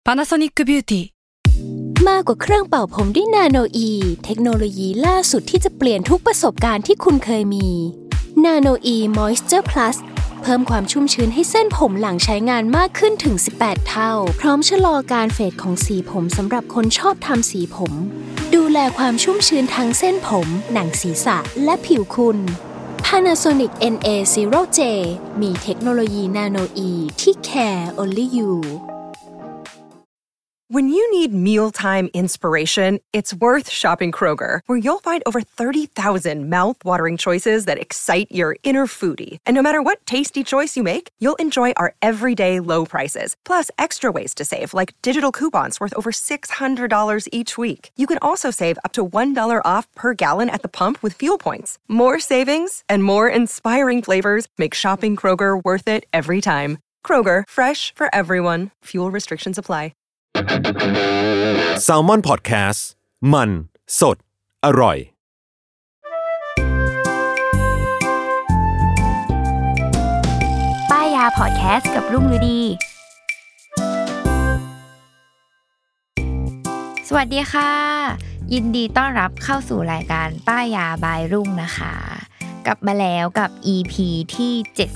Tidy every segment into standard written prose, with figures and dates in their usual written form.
Panasonic Beauty มากกว่าเครื่องเป่าผมด้วยนาโนอีเทคโนโลยีล่าสุดที่จะเปลี่ยนทุกประสบการณ์ที่คุณเคยมีนาโนอีมอยส์เจอร์พลัสเพิ่มความชุ่มชื้นให้เส้นผมหลังใช้งานมากขึ้นถึง18เท่าพร้อมชะลอการเฟดของสีผมสำหรับคนชอบทำสีผมดูแลความชุ่มชื้นทั้งเส้นผมหนังศีรษะและผิวคุณ Panasonic NA0J มีเทคโนโลยีนาโนอีที่ care only you When you need mealtime inspiration, it's worth shopping Kroger, where you'll find over 30,000 mouth-watering choices that excite your inner foodie. And no matter what tasty choice you make, you'll enjoy our everyday low prices, plus extra ways to save, like digital coupons worth over $600 each week. You can also save up to $1 off per gallon at the pump with fuel points. More savings and more inspiring flavors make shopping Kroger worth it every time. Kroger, fresh for everyone. Fuel restrictions apply. Salmon Podcast มันสดอร่อยป้ายยาพอดแคสต์กับรุ่งฤดีสวัสดีค่ะยินดีต้อนรับเข้าสู่รายการป้ายยาบายรุ่งนะคะกลับมาแล้วกับ EP ที่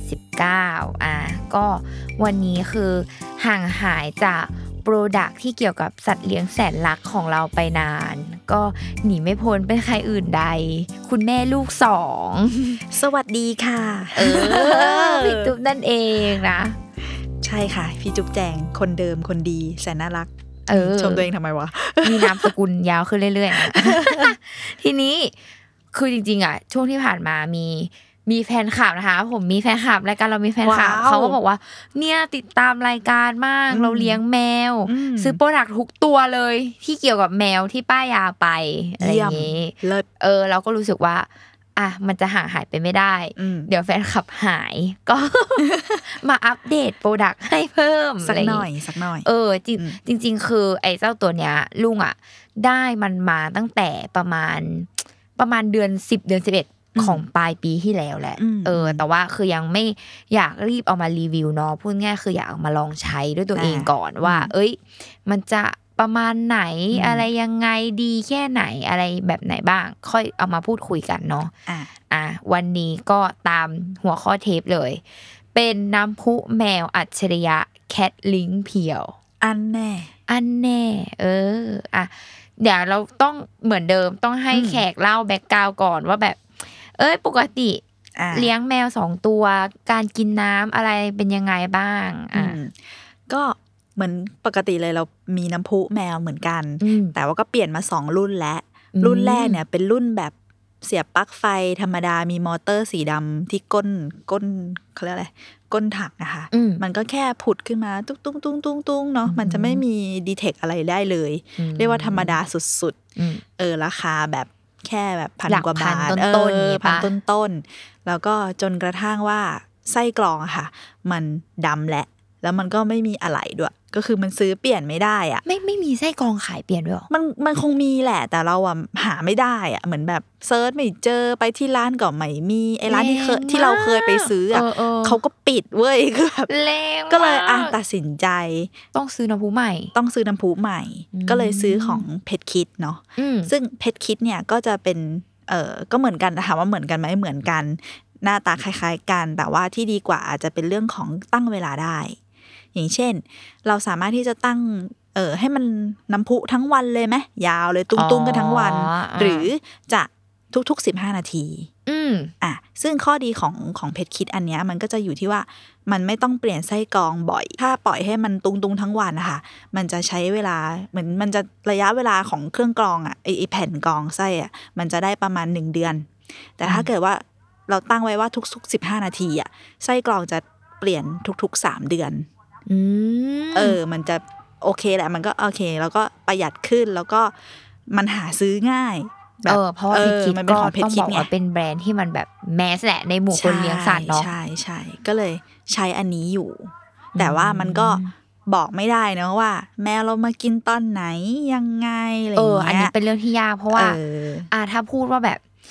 79ก็วันนี้คือห่างหายจากโปรดักที่เกี่ยวกับสัตว์เลี้ยงแสนรักของเราไปนานก็หนีไม่พ้นเป็นใครอื่นใดคุณแม่ลูก2สวัสดีค่ะพี่จุ๊บนั่นเองนะใช่ค่ะพี่จุ๊บแจงคนเดิมคนดีแสนน่ารักชมตัวเองทำไมวะมีนามสกุลยาวขึ้นเรื่อยๆนะทีนี้คือจริงๆช่วงที่ผ่านมามีแฟนคลับนะคะผมมีแฟนคลับรายการเรามีแฟนคลับเขาก็บอกว่าเนี่ยติดตามรายการมากเราเลี้ยงแมวซื้อโปรดักต์ทุกตัวเลยที่เกี่ยวกับแมวที่ป้ายาไปอะไรอย่างงี้เราก็รู้สึกว่ามันจะห่างหายไปไม่ได้เดี๋ยวแฟนคลับหายก็ มาอัปเดตโปรดักต์ให้เพิ่มสักหน่อยจริงๆคือไอ้เจ้าตัวเนี้ยลุงได้มันมาตั้งแต่ประมาณเดือน10เดือน11ของปลายปีที่แล้วแหละแต่ว่าคือยังไม่อยากรีบเอามารีวิวเนาะพูดง่ายคืออยากเอามาลองใช้ด้วยตัวเองก่อนว่ามันจะประมาณไหนอะไรยังไงดีแค่ไหนอะไรแบบไหนบ้างค่อยเอามาพูดคุยกันเนาะวันนี้ก็ตามหัวข้อเทปเลยเป็นน้ำพุแมวอัจฉริยะแคทลิงเพียวอันแน่เดี๋ยวเราต้องเหมือนเดิมต้องให้แขกเล่าแบ็คกราวด์ก่อนว่าแบบปกติเลี้ยงแมว2ตัวการกินน้ำอะไรเป็นยังไงบ้างก็เหมือนปกติเลยเรามีน้ำพุแมวเหมือนกันแต่ว่าก็เปลี่ยนมา2รุ่นแล้วรุ่นแรกเนี่ยเป็นรุ่นแบบเสียบปลั๊กไฟธรรมดามีมอเตอร์สีดำที่ก้นเขาเรียกอะไรก้นถังนะคะมันก็แค่ผุดขึ้นมาตุ้งตุ้งตุ้งตุ้งตุ้งเนาะมันจะไม่มีดีเทคอะไรได้เลยเรียกว่าธรรมดาสุดๆราคาแบบแค่แบบพันกว่าบาทพันต้นแล้วก็จนกระทั่งว่าไส้กรองอะค่ะมันดำแล้วมันก็ไม่มีอะไหล่ด้วยก็คือมันซื้อเปลี่ยนไม่ได้อะไม่มีไส้กรองขายเปลี่ยนด้วยหรอมันคงมีแหละแต่เราอะหาไม่ได้อะเหมือนแบบเซิร์ชไม่เจอไปที่ร้านก็ไม่มีไอ้ร้านที่เราเคยไปซื้ออะเขาก็ปิดเว้ยคือแบบก็เลยตัดสินใจต้องซื้อน้ำพุใหม่ก็เลยซื้อของเพชรคิดเนาะซึ่งเพชรคิดเนี่ยก็จะเป็นก็เหมือนกันถามว่าเหมือนกันไหมเหมือนกันหน้าตาคล้ายๆกันแต่ว่าที่ดีกว่าอาจจะเป็นเรื่องของตั้งเวลาได้อย่างเช่นเราสามารถที่จะตั้งให้มันน้ำพุทั้งวันเลยไหมยาวเลยตุ้งๆกันทั้งวันหรือจะทุกๆ15นาทีซึ่งข้อดีของเพชรคิดอันเนี้ยมันก็จะอยู่ที่ว่ามันไม่ต้องเปลี่ยนไส้กรองบ่อยถ้าปล่อยให้มันตุ้งๆทั้งวันนะคะมันจะใช้เวลาเหมือนมันจะระยะเวลาของเครื่องกรองไอแผ่นกรองไส้มันจะได้ประมาณ1เดือนแต่ถ้าเกิดว่าเราตั้งไว้ว่าทุกๆ15นาทีไส้กรองจะเปลี่ยนทุกๆ3เดือนมันจะโอเคแหละมันก็โอเคแล้วก็ประหยัดขึ้นแล้วก็มันหาซื้อง่ายเพราะว่าเพชรคิดก็ต้องบอกว่าเป็นแบรนด์ที่มันแบบแมสแหละในหมู่คนเลี้ยงสัตว์เนาะใช่ก็เลยใช้อันนี้อยู่แต่ว่ามันก็บอกไม่ได้นะว่าแมวเรามากินตอนไหนยังไงอะไรอย่างเงี้ยอันนี้เป็นเรื่องที่ยากเพราะว่าถ้าพูดว่าแบบ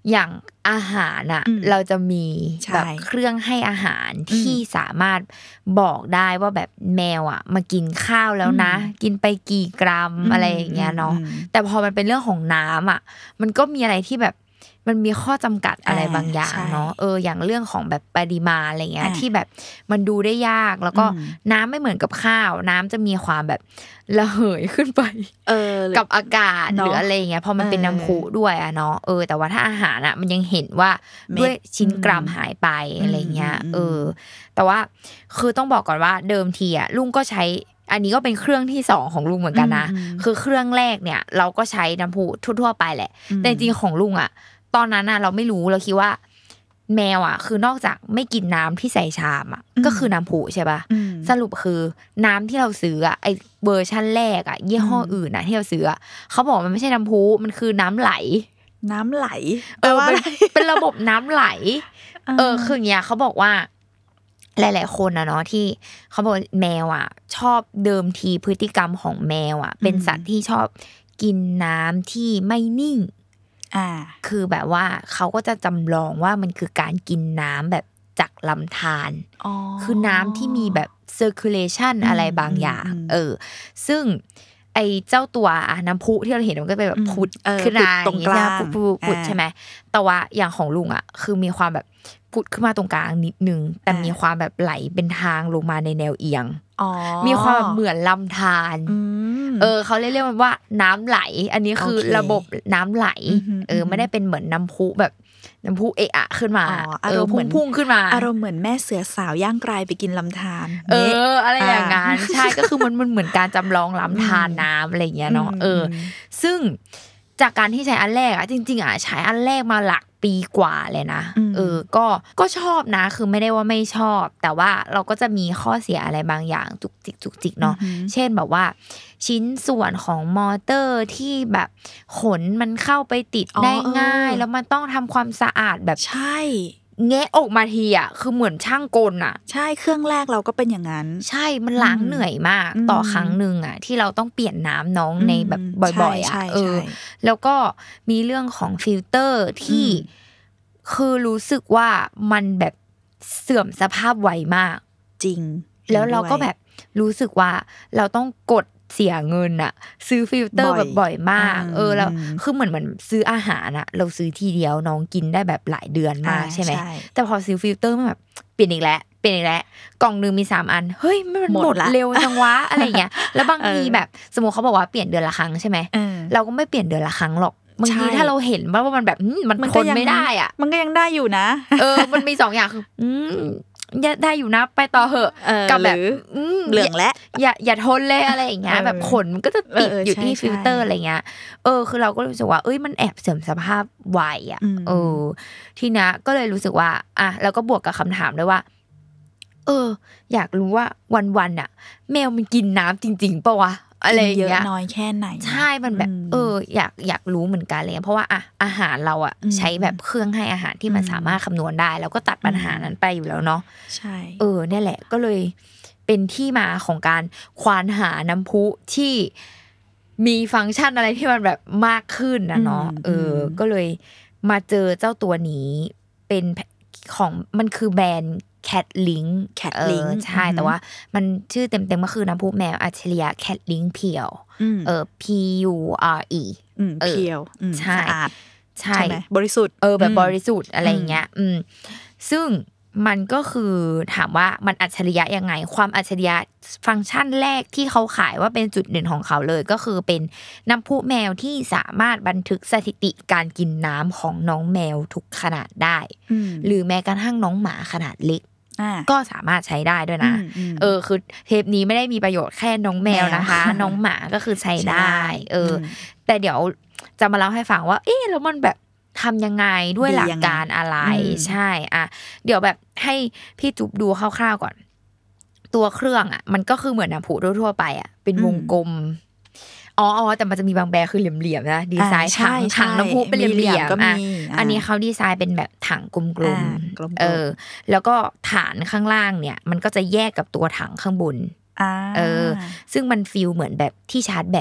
อย่างอาหารอ่ะเราจะมีแบบเครื่องให้อาหารที่สามารถบอกได้ว่าแบบแมวอ่ะมากินข้าวแล้วนะกินไปกี่กรัมอะไรอย่างเงี้ยเนาะแต่พอมันเป็นเรื่องของน้ำอ่ะมันก็มีอะไรที่แบบมันมีข้อจำกัดอะไรบางอย่างเนาะอย่างเรื่องของแบบปริมาณอะไรเงี้ยที่แบบมันดูได้ยากแล้วก็น้ำไม่เหมือนกับข้าวน้ำจะมีความแบบระเหยขึ้นไปกับอากาศหรืออะไรเงี้ยพอมันเป็นน้ำพุด้วยอะเนาะแต่ว่าถ้าอาหารอะมันยังเห็นว่าด้วยชิ้นกรัมหายไปอะไรเงี้ยแต่ว่าคือต้องบอกก่อนว่าเดิมทีอะลุงก็ใช้อันนี้ก็เป็นเครื่องที่2ของลุงเหมือนกันนะคือเครื่องแรกเนี่ยเราก็ใช้น้ำพุทั่วๆไปแหละแต่จริงๆของลุงอะตอนนั้นน่ะเราไม่รู้เราคิดว่าแมวอ่ะคือนอกจากไม่กินน้ำที่ใส่ชามอ่ะก็คือน้ำพุใช่ป่ะสรุปคือน้ำที่เราซื้ออ่ะไอเวอร์ชั่นแรกอ่ะยี่ห้ออื่นอ่ะที่เราซื้อเขาบอกมันไม่ใช่น้ำพุมันคือน้ำไหลเป็นระบบน้ำไหลคืออย่างเงี้ยเขาบอกว่าหลายๆคนนะเนาะที่เขาบอกแมวอ่ะชอบเดิมทีพฤติกรรมของแมวอ่ะเป็นสัตว์ที่ชอบกินน้ำที่ไม่นิ่งคือแบบว่าเขาก็จะจำลองว่ามันคือการกินน้ำแบบจากลำธารคือน้ำที่มีแบบ circulation อะไรบางอย่างซึ่งไอ้เจ้าตัวน้ำพุที่เราเห็นมันก็เป็นแบบพุดขึ้นมาตรงกลางพุดใช่ไหมแต่ว่าอย่างของลุงอ่ะคือมีความแบบพุดขึ้นมาตรงกลางนิดนึงแต่มีความแบบไหลเป็นทางลงมาในแนวเอียงมีความแบบเหมือนลำธารเขาเรียกมันว่าน้ำไหลอันนี้คือระบบน้ำไหลไม่ได้เป็นเหมือนน้ำพุแบบน้ำพุอะขึ้นมาพุ่งขึ้นมาอารมณ์เหมือนแม่เสือสาวย่างกรายไปกินลำธารอะไรอย่างงั้นใช่ก็คือมันเหมือนการจำลองลำธารน้ำอะไรอย่างเงี้ยเนาะซึ่งจากการที่ใช้อันแรกจริงๆใช้อันแรกมาหลักปีกว่าเลยนะก็ชอบนะคือไม่ได้ว่าไม่ชอบแต่ว่าเราก็จะมีข้อเสียอะไรบางอย่างจุกจิกเนาะเช่นแบบว่าชิ้นส่วนของมอเตอร์ที่แบบขนมันเข้าไปติดได้ง่ายแล้วมันต้องทำความสะอาดแบบใช่แงะออกมาทีอ่ะคือเหมือนช่างกลอ่ะใช่เครื่องแรกเราก็เป็นอย่างนั้นใช่มันล้างเหนื่อยมากต่อครั้งนึงอ่ะที่เราต้องเปลี่ยนน้ำน้องในแบบบ่อยๆอ่ะแล้วก็มีเรื่องของฟิลเตอร์ที่คือรู้สึกว่ามันแบบเสื่อมสภาพไวมากจริงแล้วเราก็แบบรู้สึกว่าเราต้องกดเสียเงินอะซื้อฟิลเตอร์แบบบ่อยมากแล้วคือเหมือนซื้ออาหารอะเราซื้อทีเดียวน้องกินได้แบบหลายเดือนมากใช่ไหมแต่พอซื้อฟิลเตอร์มันแบบเปลี่ยนอีกแล้วกล่องนึงมี3อันเฮ้ยมันหมดเร็วจังวะอะไรเงี้ยแล้วบางทีแบบสมมติเขาบอกว่าเปลี่ยนเดือนละครั้งใช่ไหมเราก็ไม่เปลี่ยนเดือนละครั้งหรอกบางทีถ้าเราเห็นว่ามันแบบมันทนไม่ได้อ่ะมันก็ยังได้อยู่นะมันมี2อย่างคือได้อยู่นะไปต่อเหอะกับแบบเหลืองและอย่าทนเลยอะไรอย่างเงี้ยแบบขนมันก็จะติดอยู่ที่ฟิลเตอร์อะไรเงี้ยคือเราก็รู้สึกว่ามันแอบเสื่อมสภาพไวอ่ะทีนี้ก็เลยรู้สึกว่าแล้วก็บวกกับคำถามด้วยว่าอยากรู้ว่าวันๆอ่ะแมวมันกินน้ำจริงๆป่ะวะอะไรอย่างเงี้ยน้อยแค่ไหนใช่มันแบบอยากรู้เหมือนกันเลยเพราะว่าอาหารเราอ่ะใช้แบบเครื่องให้อาหารที่มันสามารถคำนวณได้แล้วก็ตัดปัญหานั้นไปอยู่แล้วเนาะใช่นี่แหละก็เลยเป็นที่มาของการควานหาน้ำพุที่มีฟังก์ชันอะไรที่มันแบบมากขึ้นนะเนาะก็เลยมาเจอเจ้าตัวนี้เป็นของมันคือแบรนด์Cat Link ใช่แต่ว่ามันชื่อเต็มๆก็คือน้ำพุแมวอัจฉริยะ Cat Link เพียวPURE เพียวใช่สะอาดใช่ไหมบริสุทธิ์แบบบริสุทธิ์อะไรอย่างเงี้ยซึ่งมันก็คือถามว่ามันอัจฉริยะยังไงความอัจฉริยะฟังก์ชันแรกที่เขาขายว่าเป็นจุดเด่นของเขาเลยก็คือเป็นน้ำพุแมวที่สามารถบันทึกสถิติการกินน้ำของน้องแมวทุกขนาดได้หรือแม้กระทั่งน้องหมาขนาดเล็กก็สามารถใช้ได้ด้วยนะคือเทปนี้ไม่ได้มีประโยชน์แค่น้องแมวนะคะน้องหมาก็คือใช้ได้แต่เดี๋ยวจะมาเล่าให้ฟังว่าแล้วมันแบบทำยังไงด้วยหลักการอะไรใช่เดี๋ยวแบบให้พี่จุ๊บดูคร่าวๆก่อนตัวเครื่องมันก็คือเหมือนน้ำพุทั่วๆไปเป็นวงกลมแต่มันจะมีบางแบบคือเหลี่ยมๆนะดีไซน์ถังน้ำพุเป็นเหลี่ยมๆอันนี้เขาดีไซน์เป็นแบบถังกลมๆแล้วก็ฐานข้างล่างเนี่ยมันก็จะแยกกับตัวถังข้างบนซึ่งมันฟีลเหมือนแบบที่ชาร์จแบต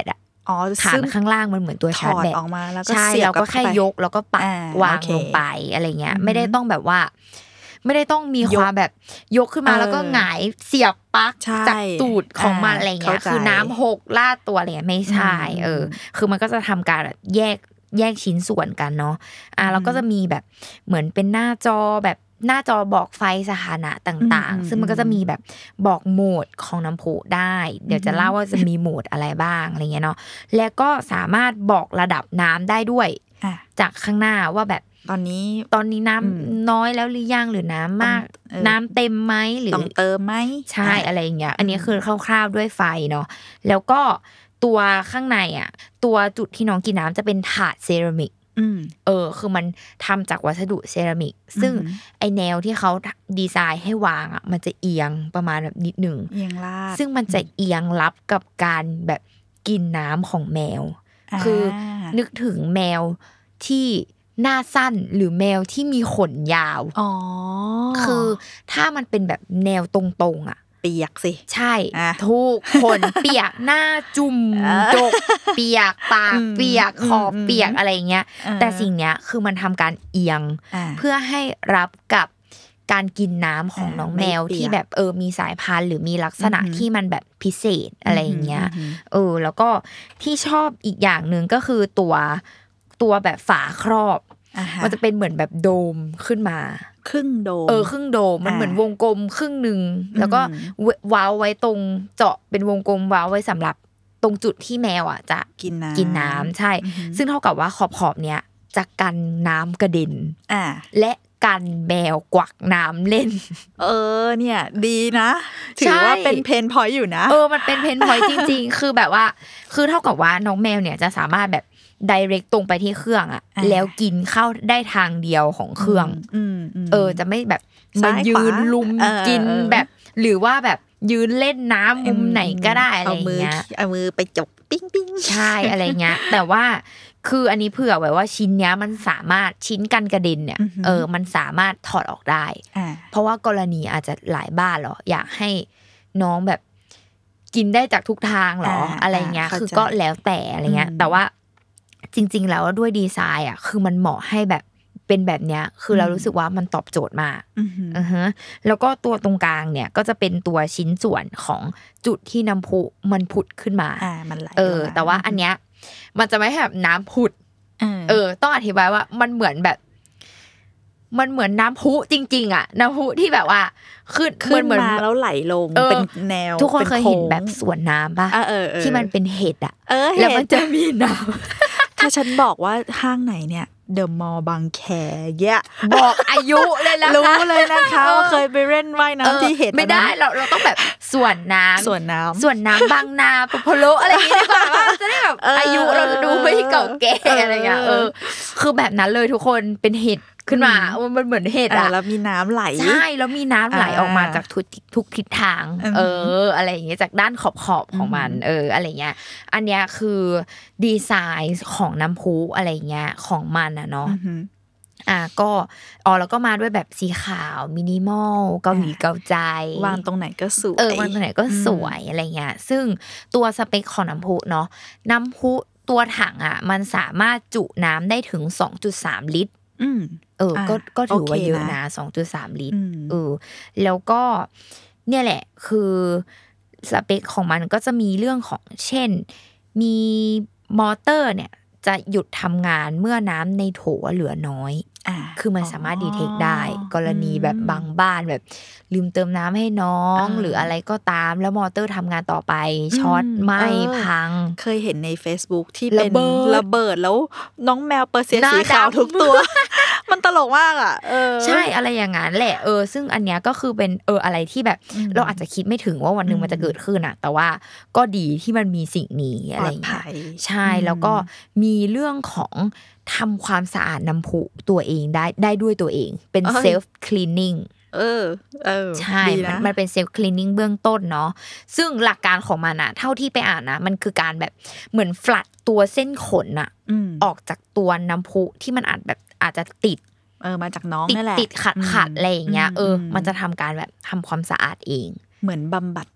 ฐานข้างล่างมันเหมือนตัวชาร์จแบตออกมาแล้วก็ใช่เราก็แค่ยกแล้วก็ปัดวางลงไปอะไรเงี้ยไม่ได้ต้องแบบว่าไม่ได้ต้องมีความแบบยกขึ้นมาแล้วก็หงายเสียบปลั๊กจากตูดของมันอะไรเงี้ยคือน้ำหกลาดตัวอะไรเงี้ยไม่ใช่คือมันก็จะทำการแบบแยกชิ้นส่วนกันเนาะแล้วก็จะมีแบบเหมือนเป็นหน้าจอแบบหน้าจอบอกไฟสถานะต่างๆซึ่งมันก็จะมีแบบบอกโหมดของน้ำพุได้เดี๋ยวจะเล่าว่าจะมีโหมดอะไรบ้างอะไรเงี้ยเนาะแล้วก็สามารถบอกระดับน้ำได้ด้วยจากข้างหน้าว่าแบบตอนนี้น้ำน้อยแล้วหรือยังหรือน้ำมากน้ำเต็มไหมหรือต้องเติมไหมใช่อะไรอย่างเงี้ยอันนี้คือคร่าวๆด้วยไฟเนาะแล้วก็ตัวข้างในอ่ะตัวจุดที่น้องกินน้ำจะเป็นถาดเซรามิกคือมันทำจากวัสดุเซรามิกซึ่งไอแนวที่เขาดีไซน์ให้วางอ่ะมันจะเอียงประมาณแบบนิดหนึ่งเอียงลาดซึ่งมันจะเอียงรับกับการแบบกินน้ำของแมวคือนึกถึงแมวที่หน้าสั้นหรือแมวที่มีขนยาวคือถ้ามันเป็นแบบแนวตรงๆอ่ะเปียกสิใช่ทุกคนเปียกหน้าจุ่มจกเปียกปากเปียกคอเปียกอะไรเงี้ยแต่สิ่งเนี้ยคือมันทำการเอียงเพื่อให้รับกับการกินน้ำของน้องแมวที่แบบมีสายพันธุ์หรือมีลักษณะที่มันแบบพิเศษอะไรอย่างเงี้ยแล้วก็ที่ชอบอีกอย่างนึงก็คือตัวแบบฝาครอบมันจะเป็นเหมือนแบบโดมขึ้นมาครึ่งโดมครึ่งโดมมันเหมือนวงกลมครึ่งนึงแล้วก็ว้าวไว้ตรงเจาะเป็นวงกลมว้าวไว้สำหรับตรงจุดที่แมวอ่ะจะกินน้ำใช่ซึ่งเท่ากับว่าขอบเนี้ยจะกันน้ำกระเด็นและกันแมวกวักน้ำเล่นเนี่ยดีนะถือว่าเป็นเพนพอยต์อยู่นะมันเป็นเพนพอยต์จริงๆคือแบบว่าคือเท่ากับว่าน้องแมวเนี่ยจะสามารถแบบdirect ตรงไปที่เครื่องอ่ะแล้วกินเข้าได้ทางเดียวของเครื่องจะไม่แบบมายืนลุมกินแบบหรือว่าแบบยืนเล่นน้ำมุมไหนก็ได้อะไรเงี้ยเอามือไปจกปิ้งปิ้งใช่อะไรเงี้ยแต่ว่าคืออันนี้เผื่อไว้ว่าชิ้นเนี้ยมันสามารถชิ้นกันกระเด็นเนี่ยมันสามารถถอดออกได้เพราะว่ากรณีอาจจะหลายบ้านหรออยากให้น้องแบบกินได้จากทุกทางหรออะไรเงี้ยคือก็แล้วแต่อะไรเงี้ยแต่ว่าจริงๆแล้วด้วยดีไซน์อ่ะคือมันเหมาะให้แบบเป็นแบบเนี้ยคือเรารู้สึกว่ามันตอบโจทย์มากแล้วก็ตัวตรงกลางเนี่ยก็จะเป็นตัวชิ้นส่วนของจุดที่น้ำพุมันผุดขึ้นมามันไหลแต่ว่าอันเนี้ยมันจะไม่แบบน้ำผุดต้องอธิบายว่ามันเหมือนแบบมันเหมือนน้ำพุจริงๆอ่ะน้ำพุที่แบบว่าขึ้นมาแล้วไหลลงเป็นแนวทุกคนเคยเห็นแบบสวนน้ำป่ะที่มันเป็นเห็ดอ่ะแล้วมันจะมีน้ำถ้าฉันบอกว่าห้างไหนเนี่ยเดอะมอลล์บางแคเยะบอกอายุเลยนะคะรู้เลยนะคะว่าเคยไปเล่นว่ายน้ำที่เห็ดไม่ได้เราต้องแบบสวนน้ำบางนาปุพโลอะไรอย่างงี้ดีกว่าจะได้แบบอายุเราจะดูไม่เก่าแก่อะไรเงี้ยคือแบบนั้นเลยทุกคนเป็นเห็ดขึ้นมามันเหมือนเห็ดแล้วมีน้ำไหลใช่แล้วมีน้ำไหลออกมาจากทุกทิศทางอะไรอย่างเงี้ยจากด้านขอบของมันอะไรเงี้ยอันเนี้ยคือดีไซน์ของน้ำพุอะไรเงี้ยของมันอะเนาะก็แล้วก็มาด้วยแบบสีขาวมินิมอลเกาหลีเกาใจวางตรงไหนก็สวยวางตรงไหนก็สวยอะไรเงี้ยซึ่งตัวสเปคของน้ำพุเนาะน้ำพุตัวถังอะมันสามารถจุน้ำได้ถึง 2.3 ลิตรก็ถือว่าเยอะนะ 2.3 ลิตรแล้วก็เนี่ยแหละคือสเปคของมันก็จะมีเรื่องของเช่นมีมอเตอร์เนี่ยจะหยุดทำงานเมื่อน้ำในโถเหลือน้อยคือมันสามารถดีเทคได้กรณีแบบบางบ้านแบบลืมเติมน้ำให้น้องหรืออะไรก็ตามแล้วมอเตอร์ทำงานต่อไปช็อตไหม้พังเคยเห็นใน Facebook ที่เป็นระเบิดแล้วน้องแมวเปอร์เซียสีขาวทุกตัวมันตลกมากอ่ะใช่อะไรอย่างงั้นแหละซึ่งอันเนี้ยก็คือเป็นอะไรที่แบบเราอาจจะคิดไม่ถึงว่าวันนึงมันจะเกิดขึ้นอ่ะแต่ว่าก็ดีที่มันมีสิ่งนี้อะไรอย่างเงี้ยใช่แล้วก็มีเรื่องของทำความสะอาดน้ำพุตัวเองได้ด้วยตัวเองเป็นเซลฟ์คลีนนิ่งใช่มันเป็นเซลฟ์คลีนนิ่งเบื้องต้นเนาะซึ่งหลักการของมันอะเท่าที่ไปอ่านนะมันคือการแบบเหมือนฟลัดตัวเส้นขนอะออกจากตัวน้ำพุที่มันอาจจะติดมาจากน้องนั่นแหละติดขัดอะไรอย่างเงี้ยมันจะทำการแบบทำความสะอาดเองเหมือนบำบัด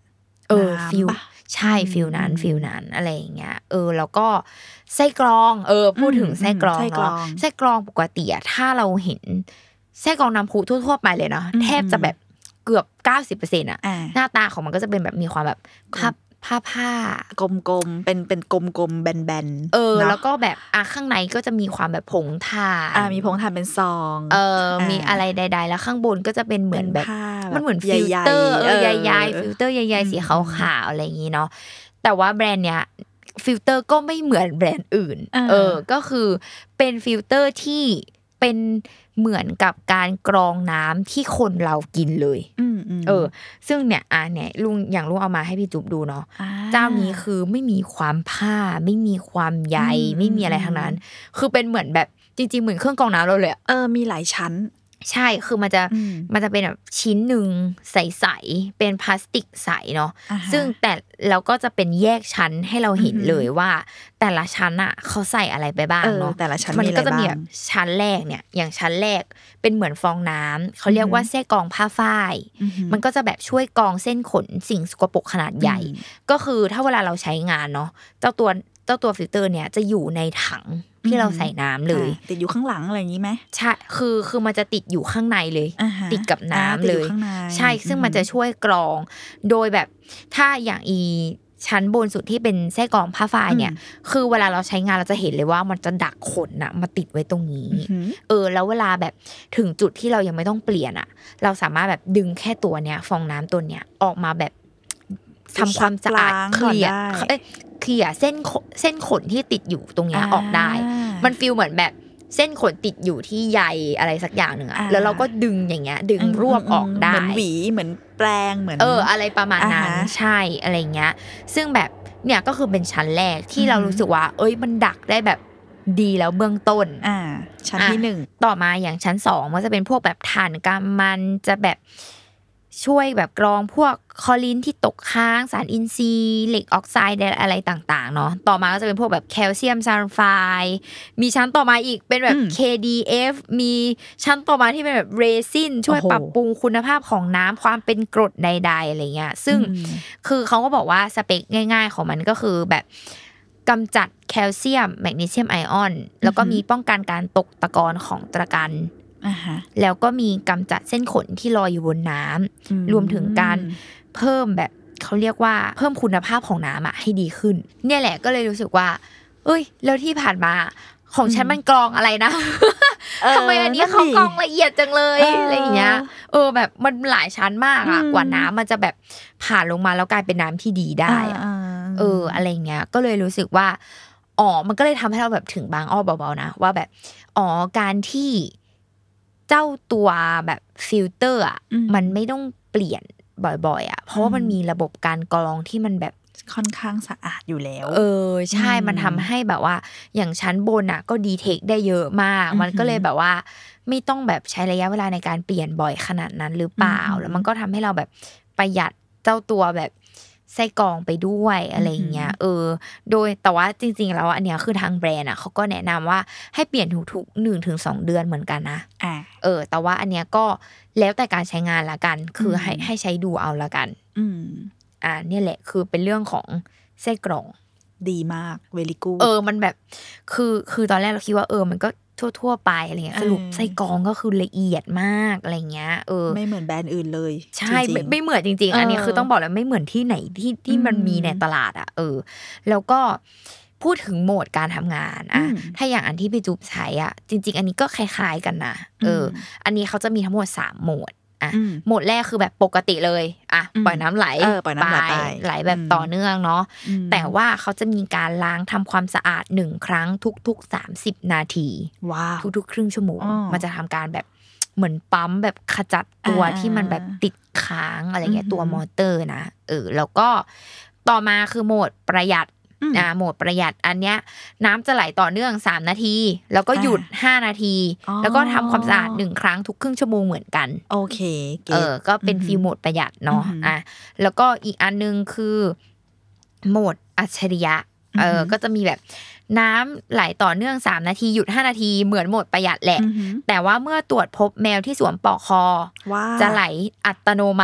ฟิลใช่ฟิลนั้นอะไรอย่างเงี้ยแล้วก็ไส้กรองพูดถึงไส้กรองเนาะไส้กรองปกติอะถ้าเราเห็นไส้กรองน้ำพุทั่วๆไปเลยเนาะแทบจะแบบเกือบ 90% อ่ะหน้าตาของมันก็จะเป็นแบบมีความแบบผ้ากลมๆเป็นกลมๆแบนๆแล้วก็แบบข้างในก็จะมีความแบบผงถ่านมีผงถ่านเป็นซองมีอะไรใดๆแล้วข้างบนก็จะเป็นเหมือนแบบมันเหมือนฟิลเตอร์ใหญ่ๆฟิลเตอร์ใหญ่ๆสีขาวๆอะไรอย่างงี้เนาะแต่ว่าแบรนด์เนี้ยฟิลเตอร์ก็ไม่เหมือนแบรนด์อื่นก็คือเป็นฟิลเตอร์ที่เป็นเหมือนกับการกรองน้ำที่คนเรากินเลยซึ่งเนี่ยเนี่ยลุงเอามาให้พี่จุ๊บดูเนาะเจ้านี้คือไม่มีความผ้าไม่มีความใยไม่มีอะไรทั้งนั้นคือเป็นเหมือนแบบจริงๆเหมือนเครื่องกรองน้ำเราเลยมีหลายชั้นใช่คือมันจะเป็นแบบชิ้นหนึ่งใสๆเป็นพลาสติกใสเนาะซึ่งแต่เราก็จะเป็นแยกชั้นให้เราเห็นเลยว่าแต่ละชั้นอ่ะเขาใส่อะไรไปบ้างเนาะแต่ละชั้นมันก็จะมีแบบชั้นแรกเนี่ยอย่างชั้นแรกเป็นเหมือนฟองน้ำเขาเรียกว่าแส้กรองผ้าฝ้ายมันก็จะแบบช่วยกรองเส้นขนสิ่งสกปรกขนาดใหญ่ก็คือถ้าเวลาเราใช้งานเนาะเจ้าตัวฟิลเตอร์เนี่ยจะอยู่ในถังที่เราใส่น้ำเลยติดอยู่ข้างหลังอะไรอย่างนี้ไหมใช่คือมันจะติดอยู่ข้างในเลยติดกับน้ำเลยใช่ซึ่งมันจะช่วยกรองโดยแบบถ้าอย่างชั้นบนสุดที่เป็นไส้กรองผ้าฝ้ายเนี่ยคือเวลาเราใช้งานเราจะเห็นเลยว่ามันจะดักขนมาติดไว้ตรงนี้แล้วเวลาแบบถึงจุดที่เรายังไม่ต้องเปลี่ยนเราสามารถแบบดึงแค่ตัวเนี้ยฟองน้ำตัวเนี้ยออกมาแบบทำความสะอาดเคลียร์เส้นขนที่ติดอยู่ตรงนี้ออกได้มันฟีลเหมือนแบบเส้นขนติดอยู่ที่ใยอะไรสักอย่างหนึ่งแล้วเราก็ดึงอย่างเงี้ยดึงรวบออกได้เหมือนหวีเหมือนแปรงเหมือนอะไรประมาณนั้นใช่อะไรเงี้ยซึ่งแบบเนี่ยก็คือเป็นชั้นแรกที่เรารู้สึกว่ามันดักได้แบบดีแล้วเบื้องต้นชั้นที่ 1ต่อมาอย่างชั้น2มันจะเป็นพวกแบบถ่านกำมันจะแบบช่วยแบบกรองพวกคลอรีนที่ตกค้างสารอินทรีย์เหล็กออกไซด์อะไรต่างๆเนาะต่อมาก็จะเป็นพวกแบบแคลเซียมซัลไฟด์มีชั้นต่อมาอีกเป็นแบบ KDF มีชั้นต่อมาที่เป็นแบบเรซินช่วยปรับปรุงคุณภาพของน้ำความเป็นกรดใดๆอะไรเงี้ยซึ่งคือเขาก็บอกว่าสเปคง่ายๆของมันก็คือแบบกำจัดแคลเซียมแมกนีเซียมไอออนแล้วก็มีป้องกันการตกตะกอนของตะกันแล้วก็มีกำจัดเส้นขนที่ลอยอยู่บนน้ำรวมถึงการเพิ่มแบบเขาเรียกว่าเพิ่มคุณภาพของน้ำให้ดีขึ้นเนี่ยแหละก็เลยรู้สึกว่าแล้วที่ผ่านมาของฉันมันกรองอะไรนะทำไมอันนี้เขากรองละเอียดจังเลยอะไรอย่างเงี้ยแบบมันหลายชั้นมากกว่าน้ำมันจะแบบผ่านลงมาแล้วกลายเป็นน้ำที่ดีได้อะไรเงี้ยก็เลยรู้สึกว่ามันก็เลยทำให้เราแบบถึงบางอ้อเบาๆนะว่าแบบการที่เจ้าตัวแบบฟิลเตอร์มันไม่ต้องเปลี่ยนบ่อยๆเพราะว่ามันมีระบบการกรองที่มันแบบค่อนข้างสะอาดอยู่แล้วใช่มันทำให้แบบว่าอย่างชั้นบนก็ดีเทคได้เยอะมากมันก็เลยแบบว่าไม่ต้องแบบใช้ระยะเวลาในการเปลี่ยนบ่อยขนาดนั้นหรือเปล่าแล้วมันก็ทำให้เราแบบประหยัดเจ้าตัวแบบไส้กรองไปด้วยอะไรอย่างเงี้ยโดยแต่ว่าจริงๆแล้วอันเนี้ยคือทางแบรนด์เขาก็แนะนำว่าให้เปลี่ยนทุกๆ 1-2 เดือนเหมือนกันนะแต่ว่าอันเนี้ยก็แล้วแต่การใช้งานละกันคือให้ใช้ดูเอาละกันเนี่ยแหละคือเป็นเรื่องของไส้กรองดีมากเวลิกูมันแบบคือตอนแรกเราคิดว่ามันก็ทั่วๆไปอะไรเงี้ยสรุปไส้กรองก็คือละเอียดมากอะไรเงี้ยไม่เหมือนแบรนด์อื่นเลยใช่ไม่เหมือนจริงๆอันนี้คือต้องบอกแล้วไม่เหมือนที่ไหนที่มันมีในตลาดแล้วก็พูดถึงโหมดการทำงานถ้าอย่างอันที่พี่จุ๊บใช้จริงๆอันนี้ก็คล้ายๆกันนะอันนี้เขาจะมีทั้งหมด3โหมดโหมดแรกคือแบบปกติเลยปล่อยน้ำไหลไหลแบบต่อเนื่องเนาะแต่ว่าเขาจะมีการล้างทำความสะอาด1ครั้งทุกๆ30นาทีทุกๆครึ่งชั่วโมงมันจะทำการแบบเหมือนปั๊มแบบขจัดตัวที่มันแบบติดค้างอะไรเงี้ยตัวมอเตอร์นะแล้วก็ต่อมาคือโหมดประหยัดโหมดประหยัดอันเนี้ยน้ำจะไหลต่อเนื่อง3นาทีแล้วก็หยุด5นาทีแล้วก็ทำความสะอาด1ครั้งทุกครึ่งชั่วโมงเหมือนกันโอเคก็เป็นฟีลโหมดประหยัดเนาะแล้วก็อีกอันนึงคือโหมดอัจฉริยะก็จะมีแบบน้ำไหลต่อเนื่อง3นาทีหยุด5นาทีเหมือนโหมดประหยัดแหละแต่ว่าเมื่อตรวจพบแมวที่สวมปลอกคอจะไหลอัตโนมัติ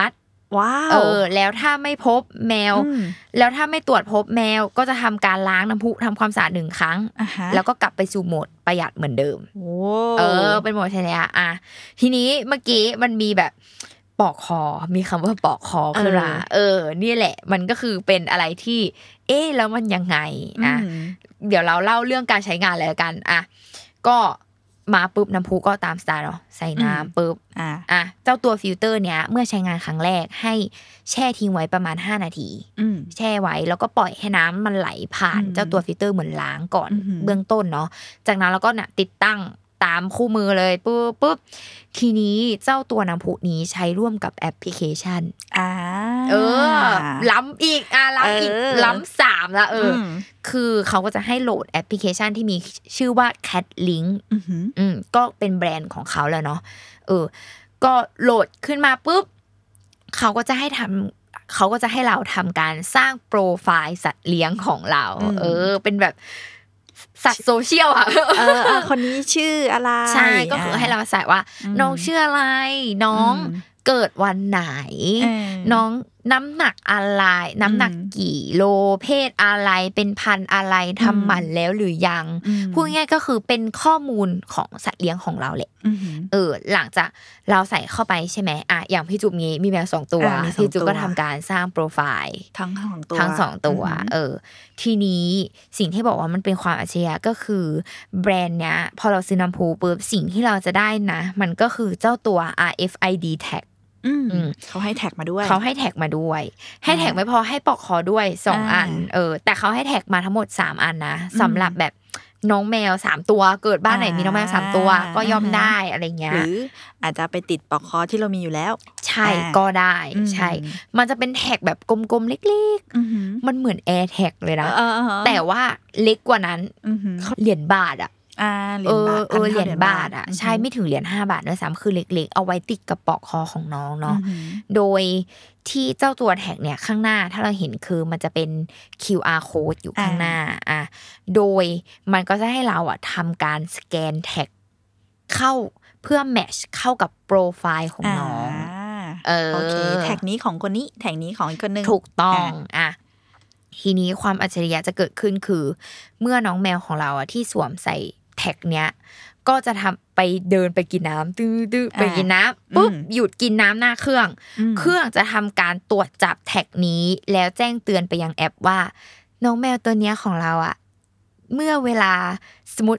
ว้าวแล้วถ้าไม่พบแมวแล้วถ้าไม่ตรวจพบแมวก็จะทำการล้างน้ำพุทำความสะอาด1ครั้งแล้วก็กลับไปสู่โหมดประหยัดเหมือนเดิมเป็นโหมดใช่แล้วทีนี้เมื่อกี้มันมีแบบปอกคอมีคำว่าปอกคอขึ้นมานี่แหละมันก็คือเป็นอะไรที่แล้วมันยังไงเดี๋ยวเราเล่าเรื่องการใช้งานเลยกันก็มาปุ๊บน้ำพุก็ตามสไตล์เนาะใส่น้ำปุ๊บเจ้าตัวฟิลเตอร์เนี้ยเมื่อใช้งานครั้งแรกให้แช่ทิ้งไว้ประมาณ5นาทีแช่ไว้แล้วก็ปล่อยให้น้ำมันไหลผ่านเจ้าตัวฟิลเตอร์เหมือนล้างก่อนเบื้องต้นเนาะจากนั้นเราก็ติดตั้งตามคู่มือเลยปุ๊บทีนี้เจ้าตัวน้ำพุนี้ใช้ร่วมกับแอปพลิเคชันล้ำอีกล้ำ3ละคือเขาก็จะให้โหลดแอปพลิเคชันที่มีชื่อว่า Cat Link ก็เป็นแบรนด์ของเขาแล้วเนาะก็โหลดขึ้นมาปุ๊บเขาก็จะให้เราทำการสร้างโปรไฟล์สัตว์เลี้ยงของเราเป็นแบบสัตว์โซเชียลคนนี้ชื่ออะไรใช่ก็คือให้เราใส่ว่าน้องชื่ออะไรน้องเกิดวันไหนน้องน้ำหนักอะไรน้ำหนักกี่โลเพศอะไรเป็นพันธุ์อะไรทำหมันแล้วหรือยังพูดง่ายๆก็คือเป็นข้อมูลของสัตว์เลี้ยงของเราแหละหลังจากเราใส่เข้าไปใช่ไหมอย่างพี่จุ๊บมีแมว2ตัวพี่จุ๊บก็ทำการสร้างโปรไฟล์ทั้ง2 ตัวทีนี้สิ่งที่บอกว่ามันเป็นความอัจฉริยะก็คือแบรนด์เนี้ยพอเราซื้อน้ำพุปุ๊บสิ่งที่เราจะได้นะมันก็คือเจ้าตัว RFID tag เขาให้แท็กมาด้วยให้แท็กไม่พอให้ปอกคอด้วย2อันแต่เขาให้แท็กมาทั้งหมด3อันนะสำหรับแบบน้องแมว3ตัวเกิดบ้านไหนมีน้องแมว3ตัวก็ย่อมได้อะไรเงี้ยหรืออาจจะไปติดปอกคอที่เรามีอยู่แล้วใช่ก็ได้ใช่มันจะเป็นแท็กแบบกลมๆเล็กๆมันเหมือนแอร์แท็กเลยนะแต่ว่าเล็กกว่านั้นเหรียญบาทเหรียญบาทใช่ไม่ถึงเหรียญ5 บาทด้วยซ้ำคือเล็กๆเอาไว้ติดกับปอกคอของน้องเนาะโดยที่เจ้าตัวแท็กเนี่ยข้างหน้าถ้าเราเห็นคือมันจะเป็น QR code อยู่ข้างหน้าโดยมันก็จะให้เราทำการสแกนแท็กเข้าเพื่อแมทช์เข้ากับโปรไฟล์ของน้องโอเคแท็กนี้ของคนนี้แท็กนี้ของอีกคนนึงถูกต้องทีนี้ความอัจฉริยะจะเกิดขึ้นคือเมื่อน้องแมวของเราที่สวมใส่แท็กเนี้ยก็จะทำไปเดินไปกินน้ำตื้อไปกินน้ำปุ๊บหยุดกินน้ำหน้าเครื่องจะทำการตรวจจับแท็กนี้แล้วแจ้งเตือนไปยังแอปว่าน้องแมวตัวเนี้ยของเราเมื่อเวลาสมมุติ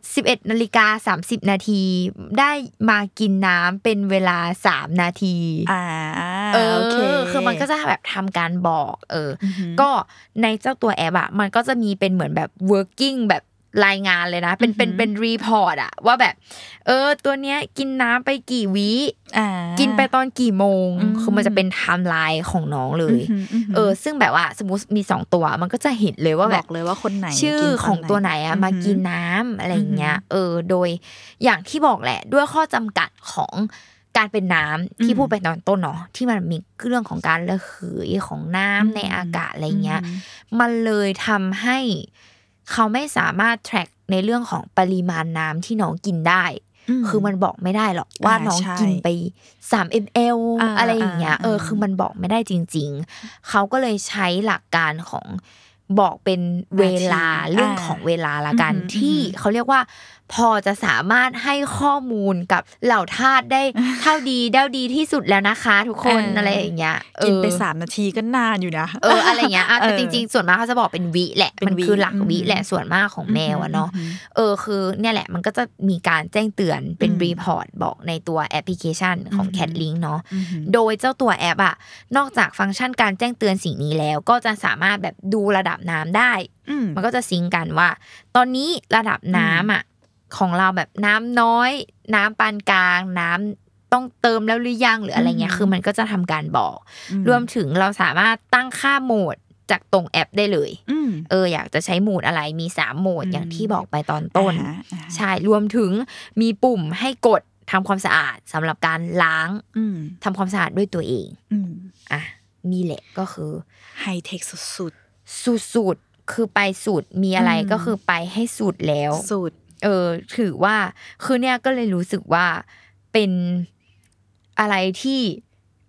11:30 นาทีได้มากินน้ำเป็นเวลา3 นาทีโอเคคือมันก็จะแบบทำการบอกก็ในเจ้าตัวแอปมันก็จะมีเป็นเหมือนแบบ working แบบรายงานเลยนะเป็นรีพอร์ตว่าแบบตัวเนี้ยกินน้ำไปกี่วิกินไปตอนกี่โมงคือมันจะเป็นไทม์ไลน์ของน้องเลยซึ่งแบบว่าสมมุติมี2ตัวมันก็จะเห็นเลยว่าแบบบอกเลยว่าคนไหนชื่อของตัวไหนมากินน้ำอะไรเงี้ยโดยอย่างที่บอกแหละด้วยข้อจำกัดของการเป็นน้ำที่พูดไปตอนต้นเนาะที่มันมีเรื่องของการระเหยของน้ำในอากาศอะไรเงี้ยมันเลยทำให้เขาไม่สามารถ track ในเรื่องของปริมาณน้ำที่น้องกินได้คือมันบอกไม่ได้หรอกว่าน้องกินไป3 ml อะไรอย่างเงี้ยคือมันบอกไม่ได้จริงๆเขาก็เลยใช้หลักการของบอกเป็นเวลาเรื่องของเวลาละกันที่เขาเรียกว่าพอจะสามารถให้ข้อมูลกับเหล่าทาสได้เท่าดีที่สุดแล้วนะคะทุกคนอะไรอย่างเงี้ยกินไป3 นาทีก็นานอยู่นะอะไรอย่างเงี้ยแต่จริงๆส่วนมากเขาจะบอกเป็นวิแหละมันคือหลักวิแหละส่วนมากของแมวเนาะคือเนี่ยแหละมันก็จะมีการแจ้งเตือนเป็นรีพอร์ตบอกในตัวแอปพลิเคชันของ Cat Link เนาะโดยเจ้าตัวแอปนอกจากฟังก์ชันการแจ้งเตือนสิ่งนี้แล้วก็จะสามารถแบบดูระดับน้ำได้มันก็จะซิงค์กันว่าตอนนี้ระดับน้ำของเราแบบน้ำน้อยน้ำปานกลางน้ำต้องเติมแล้วหรือยังหรืออะไรเงี้ยคือมันก็จะทำการบอกรวมถึงเราสามารถตั้งค่าโหมดจากตรงแอปได้เลยอยากจะใช้โหมดอะไรมี3โหมดอย่างที่บอกไปตอนต้นใช่รวมถึงมีปุ่มให้กดทำความสะอาดสำหรับการล้างทำความสะอาดด้วยตัวเองนี่แหละก็คือไฮเทคสุดคือไปสุดมีอะไรก็คือไปให้สุดแล้วสุดถือว่าคือเนี่ยก็เลยรู้สึกว่าเป็นอะไรที่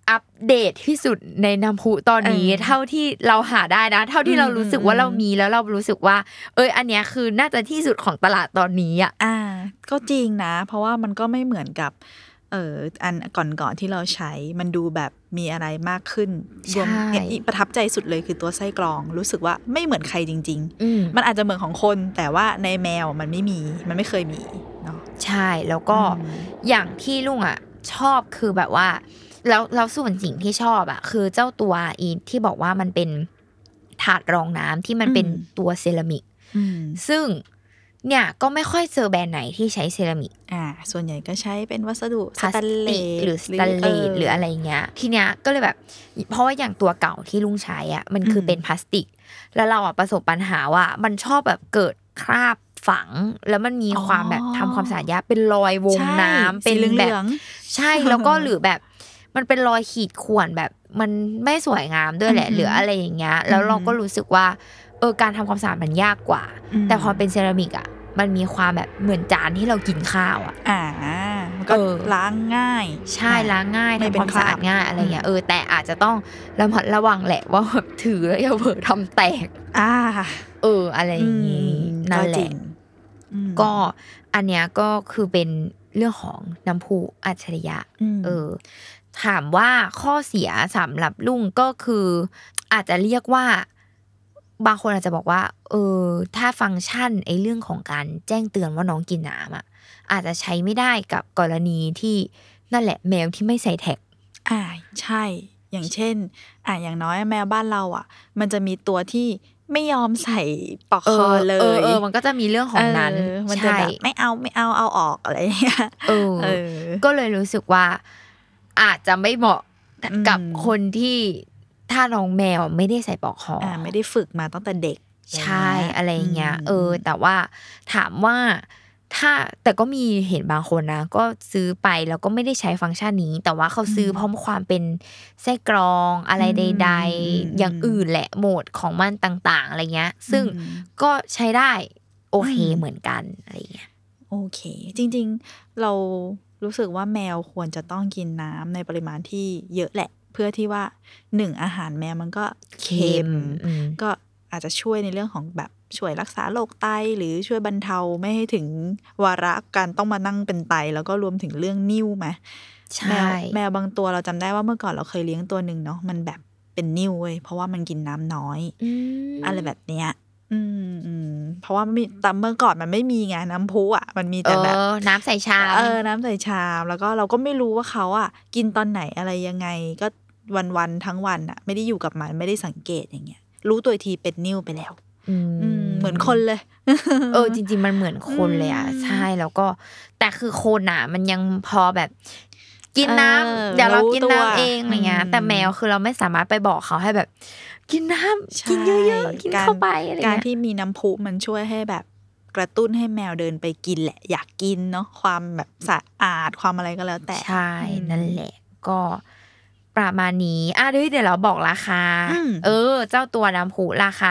อัปเดตที่สุดในน้ำพุตอนนี้เท่าที่เราหาได้นะเท่าที่เรารู้สึกว่าเรามีแล้วเรารู้สึกว่าอันเนี้ยคือน่าจะที่สุดของตลาดตอนนี้อ่ะก็จริงนะเพราะว่ามันก็ไม่เหมือนกับอันก่อนที่เราใช้มันดูแบบมีอะไรมากขึ้นรวมประทับใจสุดเลยคือตัวไส้กรองรู้สึกว่าไม่เหมือนใครจริงๆมันอาจจะเหมือนของคนแต่ว่าในแมวมันไม่เคยมีเนาะใช่แล้วก็อย่างที่ลุงอ่ะชอบคือแบบว่าแล้วส่วนสิ่งที่ชอบอ่ะคือเจ้าตัวอีที่บอกว่ามันเป็นถาดรองน้ำที่มันเป็นตัวเซรามิกซึ่งเนี่ยก็ไม่ค่อยเจอแบรนด์ไหนที่ใช้เซรามิกส่วนใหญ่ก็ใช้เป็นวัสดุสแตนเลสหรือสแตนเลสหรืออะไรเงี้ยทีเนี้ยก็เลยแบบเพราะว่าอย่างตัวเก่าที่ลุงใช้อ่ะมันคือเป็นพลาสติกแล้วเราอ่ะประสบปัญหาว่ามันชอบแบบเกิดคราบฝังแล้วมันมีความแบบทำความสะอาดยากเป็นรอยวงน้ำเป็นแบบใช่แล้วก็หรือแบบมันเป็นรอยขีดข่วนแบบมันไม่สวยงามด้วยแหละหรืออะไรอย่างเงี้ยแล้วเราก็รู้สึกว่าการทำความสะอาดมันยากกว่าแต่พอเป็นเซรามิกอ่ะมันมีความแบบเหมือนจานที่เรากินข้าวอ่ะมันก็ล้างง่ายใช่ล้างง่ายทำความสะอาดง่ายอะไรเงี้ยแต่อาจจะต้องระมัดระวังแหละว่าแบบถือแล้วอย่าเผลอทำแตกอะไรอย่างงี้นั่นแหละก็อันเนี้ยก็คือเป็นเรื่องของน้ำพุอัจฉริยะถามว่าข้อเสียสำหรับลุงก็คืออาจจะเรียกว่าบางคนอาจจะบอกว่าถ้าฟังก์ชันไอ้เรื่องของการแจ้งเตือนว่าน้องกินน้ำอ่ะอาจจะใช้ไม่ได้กับกรณีที่นั่นแหละแมวที่ไม่ใส่แท็กใช่อย่างเช่นอย่างน้อยแมวบ้านเราอ่ะมันจะมีตัวที่ไม่ยอมใส่ปลอกคอเลยมันก็จะมีเรื่องของนั้นมันจะแบบไม่เอาออกอะไรอย่างเงี้ยก็เลยรู้สึกว่าอาจจะไม่เหมาะกับคนที่ถ้าน้องแมวไม่ได้ใส่ปลอกคอไม่ได้ฝึกมาตั้งแต่เด็กใช่อะไรเงี้ยแต่ว่าถามว่าแต่ก็มีเห็นบางคนนะก็ซื้อไปแล้วก็ไม่ได้ใช้ฟังก์ชันนี้แต่ว่าเขาซื้อพร้อมความเป็นไส้กรองอะไรใดๆอย่างอื่นแหละโหมดของมันต่างๆอะไรเงี้ยซึ่งก็ใช้ได้โอเคเหมือนกันอะไรเงี้ยโอเคจริงๆเรารู้สึกว่าแมวควรจะต้องกินน้ำในปริมาณที่เยอะแหละเพื่อที่ว่า1อาหารแมวมันก็เค็มก็อาจจะช่วยในเรื่องของแบบช่วยรักษาโรคไตหรือช่วยบรรเทาไม่ให้ถึงวาระการต้องมานั่งเป็นไตแล้วก็รวมถึงเรื่องนิ่วไหมแมวบางตัวเราจำได้ว่าเมื่อก่อนเราเคยเลี้ยงตัวนึงเนาะมันแบบเป็นนิ่วเว้ยเพราะว่ามันกินน้ำน้อยอะไรแบบเนี้ยเพราะว่าแต่เมื่อก่อนมันไม่มีไงน้ำพุอ่ะมันมีแต่แบบน้ำใส่ชามน้ำใส่ชามแล้วก็เราก็ไม่รู้ว่าเขาอ่ะกินตอนไหนอะไรยังไงก็วันทั้งวันอ่ะไม่ได้อยู่กับมันไม่ได้สังเกตอย่างเงี้ยรู้ตัวทีเป็นนิ่วไปแล้วเหมือนคนเลยจริงๆมันเหมือนคนเลยอ่ะใช่แล้วก็แต่คือคนอ่ะมันยังพอแบบกินน้ำเดี๋ยวเรากินน้ำเองอะไรเงี้ยแต่แมวคือเราไม่สามารถไปบอกเขาให้แบบกินน้ำกินเยอะๆกินเข้าไปอะไรเงี้ยการที่มีน้ำพุมันช่วยให้แบบกระตุ้นให้แมวเดินไปกินแหละอยากกินเนาะความแบบสะอาดความอะไรก็แล้วแต่ใช่นั่นแหละก็ประมาณนี้เดี๋ยวเราบอกราคาเจ้าตัวน้ำพุราคา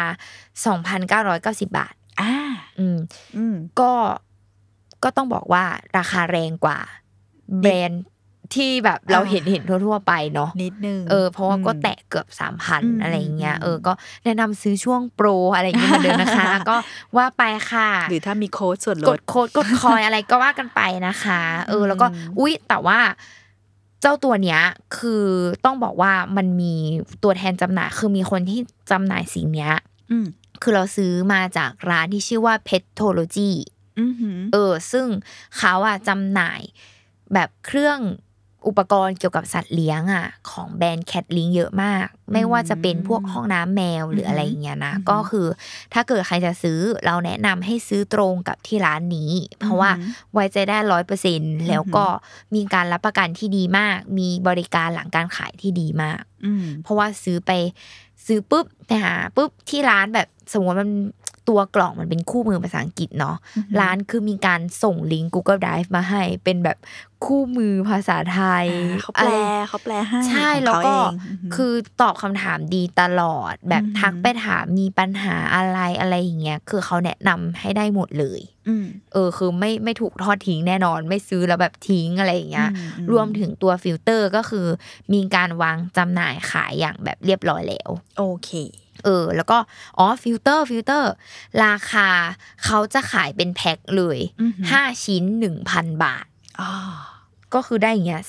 2,990 บาทก็ต้องบอกว่าราคาแรงกว่าแบรนด์ที่แบบเราเห็นทั่วๆไปเนาะนิดนึงเพราะว่าก็แตะเกือบ 3,000 อะไรอย่างเงี้ยก็แนะนำซื้อช่วงโปรอะไรอย่างเงี้ยเหมือนเดิมนะคะก็ว่าไปค่ะหรือถ้ามีโค้ดส่วนลดกดคอยอะไรก็ว่ากันไปนะคะแล้วก็แต่ว่าเจ้าตัวเนี้ยคือต้องบอกว่ามันมีตัวแทนจำหน่ายคือมีคนที่จำหน่ายสิ่งเนี้ยคือเราซื้อมาจากร้านที่ชื่อว่า Petology ซึ่งเขาจำหน่ายแบบเครื่องอุปกรณ์เกี่ยวกับสัตว์เลี้ยงของแบรนด์ Catlink เยอะมากไม่ว่าจะเป็นพวกห้องน้ำแมวหรืออะไรอย่างเงี้ยนะก็คือถ้าเกิดใครจะซื้อเราแนะนำให้ซื้อตรงกับที่ร้านนี้เพราะว่าไว้ใจได้ 100% แล้วก็มีการรับประกันที่ดีมากมีบริการหลังการขายที่ดีมากเพราะว่าซื้อปุ๊บไปหาปุ๊บที่ร้านแบบสมมติมันตัวกล่องมันเป็นคู่มือภาษาอังกฤษเนาะร้านคือมีการส่งลิงก์ Google Drive มาให้เป็นแบบคู่มือภาษาไทยเขาแปลให้ใช่แล้วก็คือตอบคำถามดีตลอดแบบทักไปถามมีปัญหาอะไรอย่างเงี้ยคือเขาแนะนำให้ได้หมดเลยคือไม่ถูกทอดทิ้งแน่นอนไม่ซื้อแล้วแบบทิ้งอะไรอย่างเงี้ยรวมถึงตัวฟิลเตอร์ก็คือมีการวางจำหน่ายขายอย่างแบบเรียบร้อยแล้วโอเคแล้วก็ฟิลเตอร์ราคาเขาจะขายเป็นแพ็คเลย5ชิ้น 1,000 บาทก็คือได้อย่างเงี้ย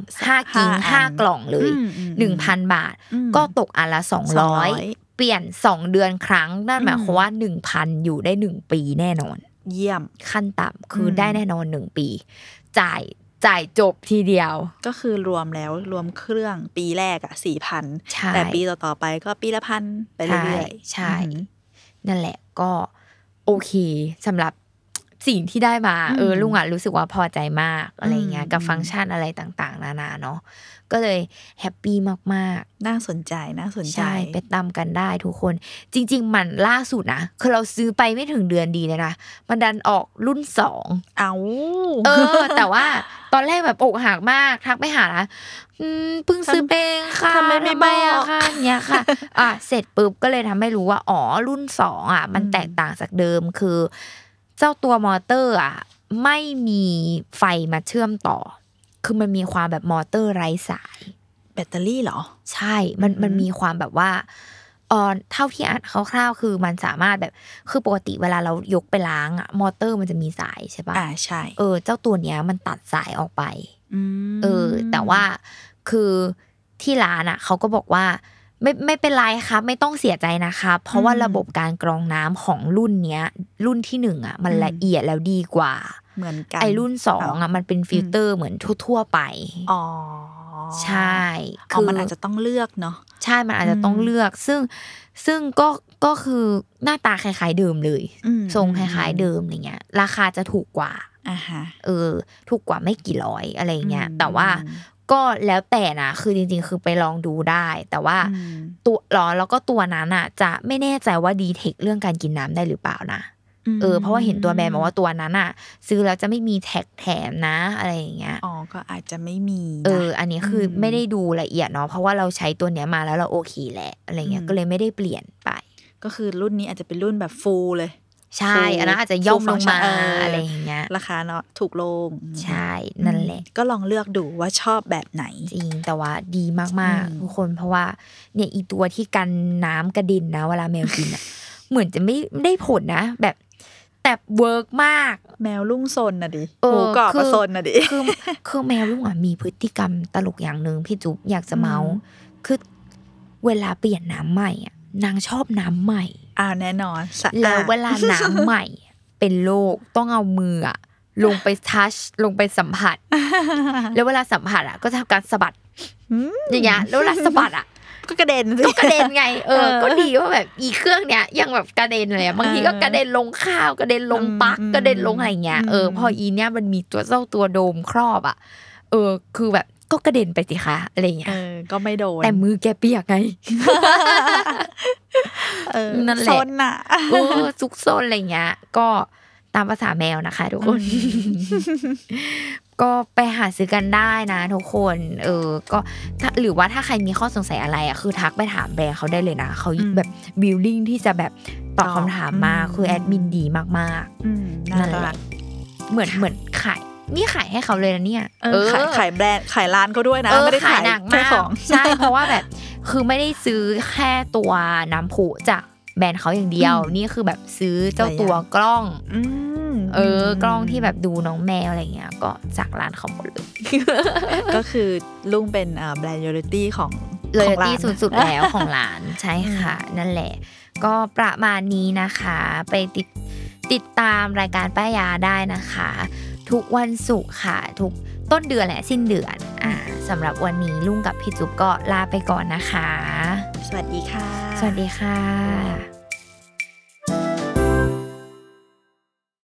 5กิ้ง5กล่องเลย 1,000 บาทก็ตกอันละ200เปลี่ยน2เดือนครั้งนั่นหมายความว่า 1,000 อยู่ได้1ปีแน่นอนเยี่ยมขั้นต่ำคือได้แน่นอน1ปีจ่ายจบทีเดียวก็คือรวมเครื่องปีแรก4,000 แต่ปีต่อๆไปก็ปีละ1,000ไปเรื่อยๆใช่นั่นแหละก็โอเคสำหรับสิ่งที่ได้มาลุงรู้สึกว่าพอใจมากอะไรเงี้ยกับฟังก์ชันอะไรต่างๆนานาเนาะก็เลยแฮปปี้มากๆน่าสนใจใช่ไปตามกันได้ทุกคนจริงๆมันล่าสุดนะคือเราซื้อไปไม่ถึงเดือนดีเลยนะมันดันออกรุ่น2แต่ว่าตอนแรกแบบอกหักมากทักไปหานะเพิ่งซื้อเองค่ะทำไมไม่บอกค่ะเนี่ยค่ะเสร็จปุ๊บก็เลยทำให้รู้ว่ารุ่น2มันแตกต่างจากเดิมคือเจ้าตัวมอเตอร์ไม่มีไฟมาเชื่อมต่อคือมันมีความแบบมอเตอร์ไร้สายแบตเตอรี่เหรอใช่มันมีความแบบว่าเท่าที่อ่านคร่าวๆคือมันสามารถแบบคือปกติเวลาเรายกไปล้างมอเตอร์มันจะมีสายใช่ป่ะใช่เจ้าตัวเนี้ยมันตัดสายออกไปแต่ว่าคือที่ร้านเขาก็บอกว่าไม่เป็นไรครับไม่ต้องเสียใจนะครับเพราะว่าระบบการกรองน้ำของรุ่นเนี้ยรุ่นที่1มันละเอียดแล้วดีกว่าเหมือนกันไอ้รุ่น2มันเป็นฟิลเตอร์เหมือนทั่วๆไปใช่คือมันอาจจะต้องเลือกเนาะใช่มันอาจจะต้องเลือกซึ่งก็คือหน้าตาคล้ายๆเดิมเลยทรงคล้ายๆเดิมอะไรเงี้ยราคาจะถูกกว่าถูกกว่าไม่กี่ร้อยอะไรเงี้ยแต่ว่าก็แล้วแต่นะคือจริงๆคือไปลองดูได้แต่ว่าตัวแล้วก็ตัวนั้นจะไม่แน่ใจว่าดีเทคเรื่องการกินน้ำได้หรือเปล่านะเพราะว่าเห็นตัวแบรนด์บอกว่าตัวนั้นซื้อแล้วจะไม่มีแท็กแถมนะอะไรอย่างเงี้ยก็อาจจะไม่มีอันนี้คือไม่ได้ดูละเอียดเนาะเพราะว่าเราใช้ตัวเนี้ยมาแล้วเราโอเคแหละอะไรเงี้ยก็เลยไม่ได้เปลี่ยนไปก็คือรุ่นนี้อาจจะเป็นรุ่นแบบฟูลเลยใช่อันนั้นอาจจะย่อมลงมาอะไรอย่างเงี้ยราคาเนาะถูกลงใช่นั่นแหละก็ลองเลือกดูว่าชอบแบบไหนจริงแต่ว่าดีมากๆทุกคนเพราะว่าเนี่ยอีตัวที่กันน้ำกระเด็นนะเวลาแมวกินเหมือนจะไม่ได้ผลนะแบบแต่เวิร์กมากแมวลุงซนน่ะดิหมูกรอบก็ซนน่ะดิคือแมวลุงมีพฤติกรรมตลกอย่างนึงพี่จุ๊บอยากจะเมาคือเวลาเปลี่ยนน้ำใหม่นางชอบน้ำใหม่แน่นอนแล้วเวลาน้ำใหม่เป็นโรคต้องเอามือลงไปทัชลงไปสัมผัสแล้วเวลาสัมผัสก็จะทำการสะบัดอย่างเงี้ยแล้วเวลาสะบัดก็กระเด็นไงก็ดีว่าแบบอีเครื่องเนี้ยยังแบบกระเด็นเลยบางทีก็กระเด็นลงข้าวกระเด็นลงปลั๊กกระเด็นลงอะไรเงี้ยพออีเนี้ยมันมีตัวโดมครอบคือแบบก็กระเด็นไปสิคะอะไรเงี้ยก็ไม่โดนแต่มือแกเปียกไงนั่นแหละซุกซนอะไรเงี้ยก็ตามภาษาแมวนะคะทุกคนก็ไปหาซื้อกันได้นะทุกคนก็หรือว่าถ้าใครมีข้อสงสัยอะไรคือทักไปถามแบรนด์เขาได้เลยนะเขาแบบบิลลิ่งที่จะแบบตอบคำถามมาคือแอดมินดีมากๆนั่นแหละเหมือนขายนี่ขายให้เขาเลยนะเนี่ยขายแบรนด์ขายร้านเขาด้วยนะไม่ได้ขายหนักมากใช่เพราะว่าแบบคือไม่ได้ซื้อแค่ตัวน้ำผุจากแบรนด์เขาอย่างเดียวนี่คือแบบซื้อเจ้าตัวกล้องกล้องที่แบบดูน้องแมวอะไรเงี้ยก็จากร้านเขาหมดเลยก็คือลุงเป็นแบรนด์ loyalty ของ loyalty สุดๆแล้วของร้านใช่ค่ะนั่นแหละก็ประมาณนี้นะคะไปติดตามรายการป้ายาได้นะคะทุกวันศุกร์ค่ะทุกต้นเดือนและสิ้นเดือนสำหรับวันนี้ลุงกับพี่จุ๊บก็ลาไปก่อนนะคะสวัสดีค่ะสวัสดีค่ะ